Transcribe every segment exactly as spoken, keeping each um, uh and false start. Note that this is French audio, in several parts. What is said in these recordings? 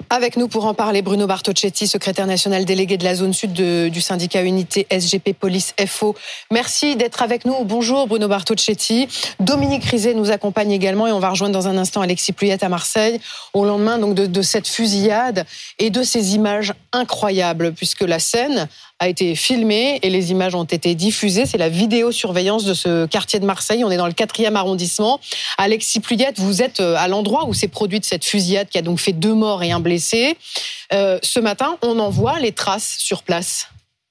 Avec nous pour en parler, Bruno Bartocchetti, secrétaire national délégué de la zone sud de, du syndicat Unité S G P Police F O. Merci d'être avec nous. Bonjour Bruno Bartocchetti. Dominique Rizet nous accompagne également et on va rejoindre dans un instant Alexis Pluyette à Marseille au lendemain donc de, de cette fusillade et de ces images incroyables puisque la scène a été filmée et les images ont été diffusées. C'est la vidéosurveillance de ce quartier de Marseille. On est dans le quatrième arrondissement. Alexis Pluyette, vous êtes à l'endroit où s'est produite cette fusillade qui a donc fait deux morts et un blessé. Euh, ce matin, on en voit les traces sur place.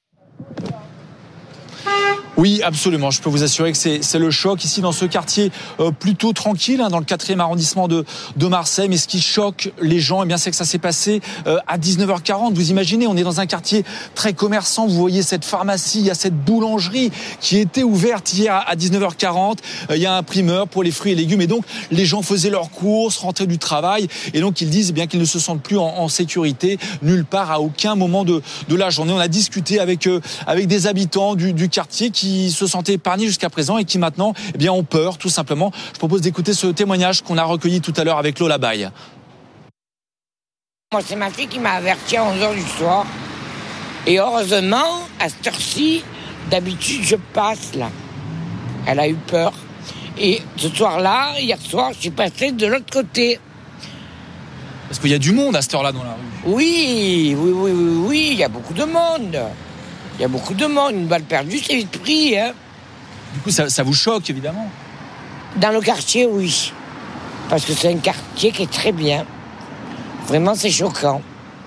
Oui, absolument. Je peux vous assurer que c'est, c'est le choc ici dans ce quartier euh, plutôt tranquille, hein, dans le quatrième arrondissement de, de Marseille. Mais ce qui choque les gens, eh bien, c'est que ça s'est passé euh, à dix-neuf heures quarante. Vous imaginez, on est dans un quartier très commerçant. Vous voyez cette pharmacie, il y a cette boulangerie qui était ouverte hier à dix-neuf heures quarante. Euh, il y a un primeur pour les fruits et légumes. Et donc, les gens faisaient leurs courses, rentraient du travail. Et donc, ils disent eh bien qu'ils ne se sentent plus en, en sécurité nulle part à aucun moment de, de la journée. On a discuté avec, euh, avec des habitants du, du quartier qui qui se sentaient épargnés jusqu'à présent et qui maintenant eh bien, ont peur, tout simplement. Je propose d'écouter ce témoignage qu'on a recueilli tout à l'heure avec Lola Baye. Moi, c'est ma fille qui m'a averti à onze heures du soir. Et heureusement, à cette heure-ci, d'habitude, je passe là. Elle a eu peur. Et ce soir-là, hier soir, je suis passée de l'autre côté. Parce qu'il y a du monde à cette heure-là dans la rue. Oui, oui, oui, oui, oui, il y a beaucoup de monde. Il y a beaucoup de monde. Une balle perdue, c'est vite pris. Hein. Du coup, ça, ça vous choque, évidemment. Dans le quartier, oui. Parce que c'est un quartier qui est très bien. Vraiment, c'est choquant.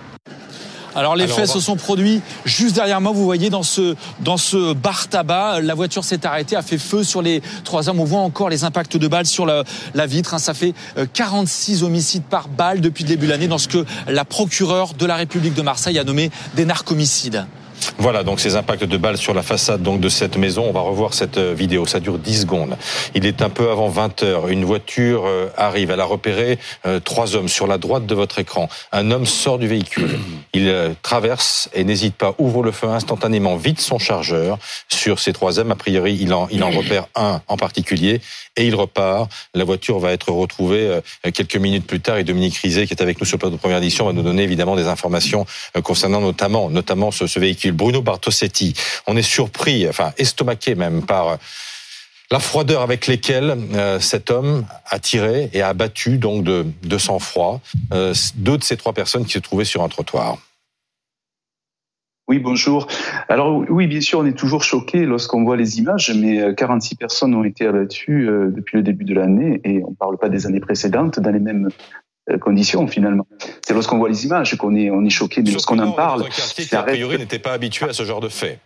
Alors, les Alors, faits va... se sont produits juste derrière moi. Vous voyez, dans ce, dans ce bar tabac, la voiture s'est arrêtée, a fait feu sur les trois hommes. On voit encore les impacts de balles sur la, la vitre. Hein. Ça fait quarante-six homicides par balle depuis le début de l'année dans ce que la procureure de la République de Marseille a nommé des narcomicides. Voilà, donc ces impacts de balles sur la façade donc de cette maison. On va revoir cette vidéo, ça dure dix secondes. Il est un peu avant vingt heures, une voiture arrive, elle a repéré euh, trois hommes sur la droite de votre écran. Un homme sort du véhicule, il euh, traverse et n'hésite pas, ouvre le feu instantanément, vide son chargeur sur ces trois hommes. A priori, il en, il en repère un en particulier et il repart. La voiture va être retrouvée euh, quelques minutes plus tard et Dominique Rizet, qui est avec nous sur le plateau de Première Édition, va nous donner évidemment des informations euh, concernant notamment, notamment ce, ce véhicule. Bruno Bartocchetti, on est surpris, enfin estomaqué même par la froideur avec laquelle euh, cet homme a tiré et a abattu donc de, de sang-froid euh, deux de ces trois personnes qui se trouvaient sur un trottoir. Oui, bonjour. Alors oui, bien sûr, on est toujours choqué lorsqu'on voit les images, mais quarante-six personnes ont été abattues euh, depuis le début de l'année et on ne parle pas des années précédentes dans les mêmes conditions finalement. C'est lorsqu'on voit les images qu'on est, on est choqué, mais lorsqu'on en parle... Dans un quartier qui a priori n'était pas habitué à ce genre de fait.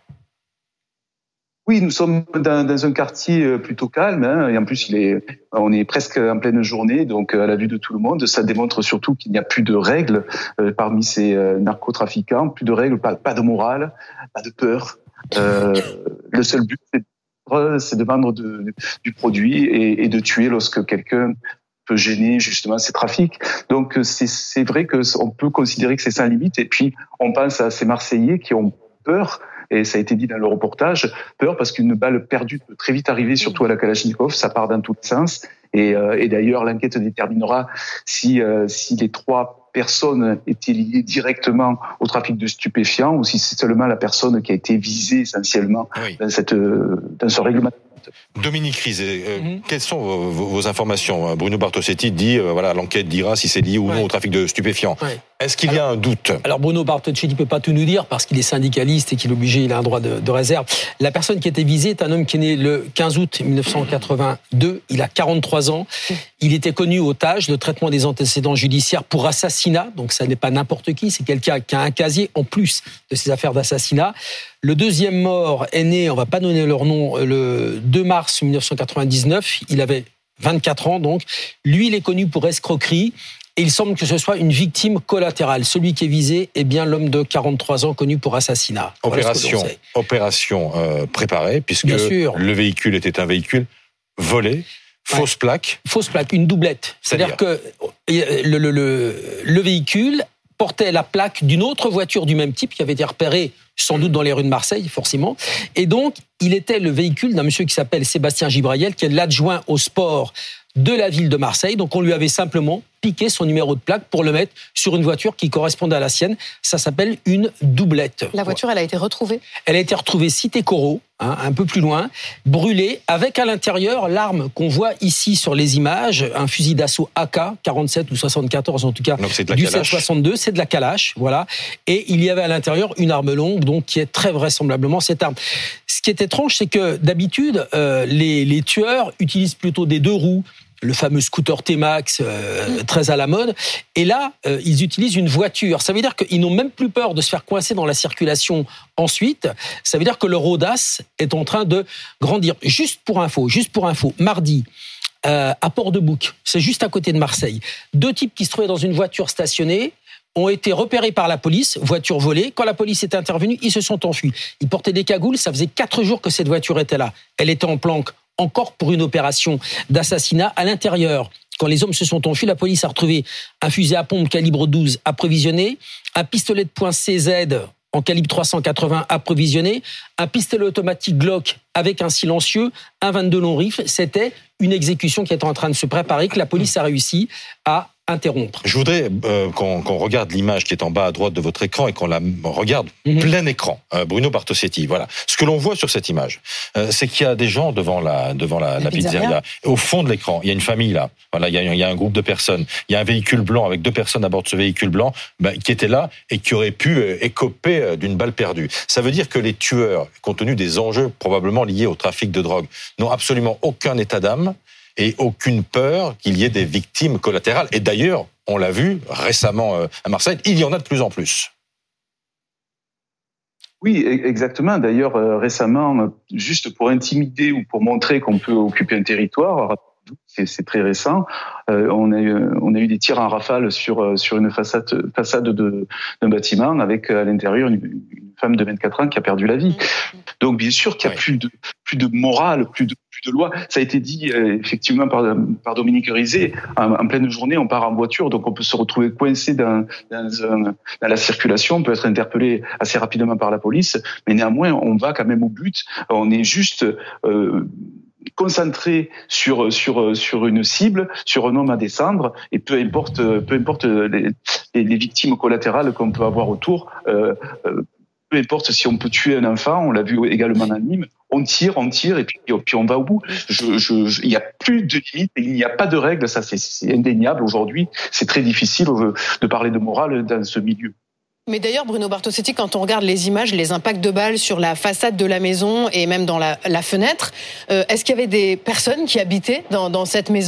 Oui, nous sommes dans, dans un quartier plutôt calme, hein, et en plus il est, on est presque en pleine journée, donc à la vue de tout le monde, ça démontre surtout qu'il n'y a plus de règles euh, parmi ces euh, narcotrafiquants, plus de règles, pas, pas de morale, pas de peur. Euh, le seul but, c'est de, c'est de vendre de, du produit et, et de tuer lorsque quelqu'un peut gêner justement ces trafics. Donc c'est, c'est vrai qu'on peut considérer que c'est sans limite. Et puis on pense à ces Marseillais qui ont peur, et ça a été dit dans le reportage, peur parce qu'une balle perdue peut très vite arriver, surtout à la Kalachnikov, ça part dans tous les sens. Et, euh, et d'ailleurs l'enquête déterminera si, euh, si les trois personnes étaient liées directement au trafic de stupéfiants ou si c'est seulement la personne qui a été visée essentiellement oui. dans, cette, dans ce règlement. Dominique Rizet, euh, mm-hmm. quelles sont vos, vos, vos informations? Bruno Bartocchetti dit, euh, voilà, l'enquête dira si c'est lié ou non ouais. au trafic de stupéfiants. Ouais. Est-ce qu'il alors, y a un doute? Alors Bruno Bartocchetti ne peut pas tout nous dire parce qu'il est syndicaliste et qu'il est obligé, il a un droit de, de réserve. La personne qui a été visée est un homme qui est né le quinze août mille neuf cent quatre-vingt-deux. Il a quarante-trois ans. Il était connu au T A G, le traitement des antécédents judiciaires pour assassinat. Donc ça n'est pas n'importe qui, c'est quelqu'un qui a un casier en plus de ses affaires d'assassinat. Le deuxième mort est né, on ne va pas donner leur nom, le deux mars mille neuf cent quatre-vingt-dix-neuf. Il avait vingt-quatre ans donc. Lui, il est connu pour escroquerie. Et il semble que ce soit une victime collatérale. Celui qui est visé est bien l'homme de quarante-trois ans connu pour assassinat. Opération, voilà opération euh, préparée, puisque le véhicule était un véhicule volé, fausse ouais. plaque. Fausse plaque, une doublette. C'est-à-dire, C'est-à-dire que le, le, le, le véhicule portait la plaque d'une autre voiture du même type qui avait été repérée sans doute dans les rues de Marseille, forcément. Et donc, il était le véhicule d'un monsieur qui s'appelle Sébastien Gibrayel, qui est l'adjoint au sport de la ville de Marseille. Donc, on lui avait simplement piquer son numéro de plaque pour le mettre sur une voiture qui correspondait à la sienne. Ça s'appelle une doublette. La voiture, elle a été retrouvée ? Elle a été retrouvée cité Corot, hein, un peu plus loin, brûlée, avec à l'intérieur l'arme qu'on voit ici sur les images, un fusil d'assaut A K, quarante-sept ou soixante-quatorze en tout cas, du sept soixante-deux, c'est de la calache, voilà. Et il y avait à l'intérieur une arme longue, donc qui est très vraisemblablement cette arme. Ce qui est étrange, c'est que d'habitude, euh, les, les tueurs utilisent plutôt des deux roues, le fameux scooter T-Max, euh, très à la mode. Et là, euh, ils utilisent une voiture. Ça veut dire qu'ils n'ont même plus peur de se faire coincer dans la circulation ensuite. Ça veut dire que leur audace est en train de grandir. Juste pour info, juste pour info, mardi, euh, à Port-de-Bouc, c'est juste à côté de Marseille, deux types qui se trouvaient dans une voiture stationnée ont été repérés par la police, voiture volée. Quand la police est intervenue, ils se sont enfuis. Ils portaient des cagoules, ça faisait quatre jours que cette voiture était là. Elle était en planque encore pour une opération d'assassinat à l'intérieur. Quand les hommes se sont enfuis, la police a retrouvé un fusil à pompe calibre douze approvisionné, un pistolet de poing C Z en calibre trois cent quatre-vingts approvisionné, un pistolet automatique Glock avec un silencieux, un vingt-deux long rifle. C'était une exécution qui était en train de se préparer, que la police a réussi à interrompre. Je voudrais euh, qu'on, qu'on regarde l'image qui est en bas à droite de votre écran et qu'on la regarde mm-hmm. plein écran. Euh, Bruno Bartosetti, voilà. Ce que l'on voit sur cette image, euh, c'est qu'il y a des gens devant la devant la, la, la pizzeria. pizzeria. Au fond de l'écran, il y a une famille là. Voilà, il y a, il y a un groupe de personnes. Il y a un véhicule blanc avec deux personnes à bord de ce véhicule blanc ben, qui était là et qui aurait pu euh, écoper euh, d'une balle perdue. Ça veut dire que les tueurs, compte tenu des enjeux probablement liés au trafic de drogue, n'ont absolument aucun état d'âme et aucune peur qu'il y ait des victimes collatérales. Et d'ailleurs, on l'a vu récemment à Marseille, il y en a de plus en plus. Oui, exactement. D'ailleurs, récemment, juste pour intimider ou pour montrer qu'on peut occuper un territoire, c'est, c'est très récent, euh, on, a eu, on a eu des tirs en rafale sur, sur une façade, façade de, d'un bâtiment avec à l'intérieur une, une femme de vingt-quatre ans qui a perdu la vie. Donc bien sûr qu'il n'y a ouais. plus de plus de morale, plus de plus de loi. Ça a été dit euh, effectivement par par Dominique Rizet. En, en pleine journée, on part en voiture, donc on peut se retrouver coincé dans dans, un, dans la circulation. On peut être interpellé assez rapidement par la police, mais néanmoins on va quand même au but. On est juste euh, concentré sur sur sur une cible, sur un homme à descendre, et peu importe peu importe les, les victimes collatérales qu'on peut avoir autour. Euh, euh, Peu importe si on peut tuer un enfant, on l'a vu également dans Nîmes, on tire, on tire et puis, puis on va au bout. Je, je, je, il n'y a plus de limites, il n'y a pas de règles, ça c'est, c'est indéniable aujourd'hui. C'est très difficile de parler de morale dans ce milieu. Mais d'ailleurs, Bruno Bartosetti, quand on regarde les images, les impacts de balles sur la façade de la maison et même dans la, la fenêtre, euh, est-ce qu'il y avait des personnes qui habitaient dans, dans cette maison ?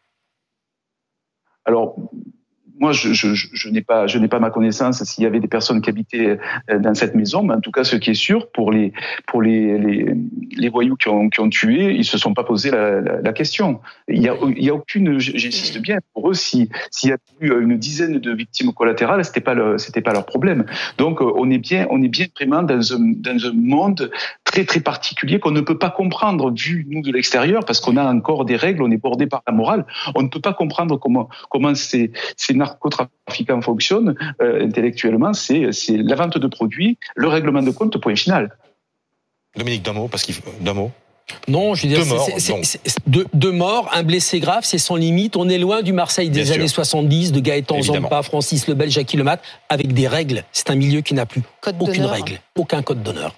Alors, moi, je, je, je n'ai pas, je n'ai pas ma connaissance s'il y avait des personnes qui habitaient dans cette maison, mais en tout cas, ce qui est sûr, pour les, pour les, les, les voyous qui ont, qui ont tué, ils se sont pas posé la, la, la question. Il y a, il y a aucune, j'insiste bien, pour eux, si, s'il y a eu une dizaine de victimes collatérales, c'était pas le, c'était pas leur problème. Donc, on est bien, on est bien vraiment dans un, dans un monde très, très particulier qu'on ne peut pas comprendre vu, nous, de l'extérieur, parce qu'on a encore des règles, on est bordé par la morale. On ne peut pas comprendre comment, comment ces, ces narcotrafiquants fonctionnent euh, intellectuellement. C'est, c'est la vente de produits, le règlement de compte, point final. Dominique, d'un mot, parce qu'il faut, d'un mot. Non, je veux dire, deux morts, c'est, c'est, c'est, c'est, deux, deux morts, un blessé grave, c'est sans limite. On est loin du Marseille des Bien années sûr. soixante-dix, de Gaëtan Zampa, Francis Lebel, Jackie Lemat, avec des règles. C'est un milieu qui n'a plus Code aucune d'honneur. règle, aucun code d'honneur.